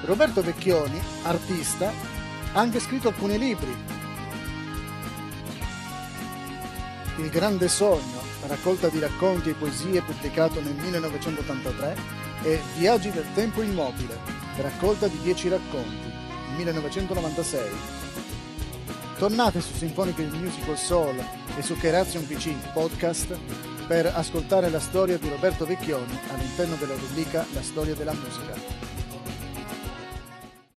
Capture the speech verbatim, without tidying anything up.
Roberto Vecchioni, artista, ha anche scritto alcuni libri. Il Grande Sogno, raccolta di racconti e poesie pubblicato nel millenovecentottantatré, e Viaggi del tempo immobile, raccolta di dieci racconti, millenovecentonovantasei. Tornate su Symphonic Musical Soul e su Keration P C Podcast per ascoltare la storia di Roberto Vecchioni all'interno della rubrica La storia della musica.